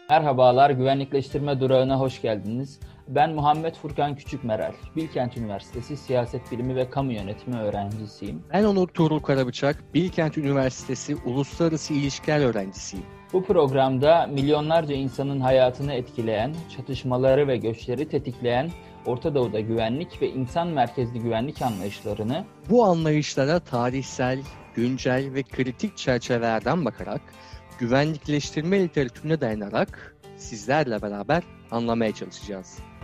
Merhabalar, güvenlikleştirme durağına hoş geldiniz. Ben Muhammed Furkan Küçükmeral, Bilkent Üniversitesi Siyaset Bilimi ve Kamu Yönetimi öğrencisiyim. Ben Onur Tuğrul Karabıçak, Bilkent Üniversitesi Uluslararası İlişkiler öğrencisiyim. Bu programda milyonlarca insanın hayatını etkileyen, çatışmaları ve göçleri tetikleyen Orta Doğu'da güvenlik ve insan merkezli güvenlik anlayışlarını, Bu anlayışlara tarihsel, güncel ve kritik çerçevelerden bakarak, güvenlikleştirme literatürüne dayanarak sizlerle beraber anlamaya çalışacağız.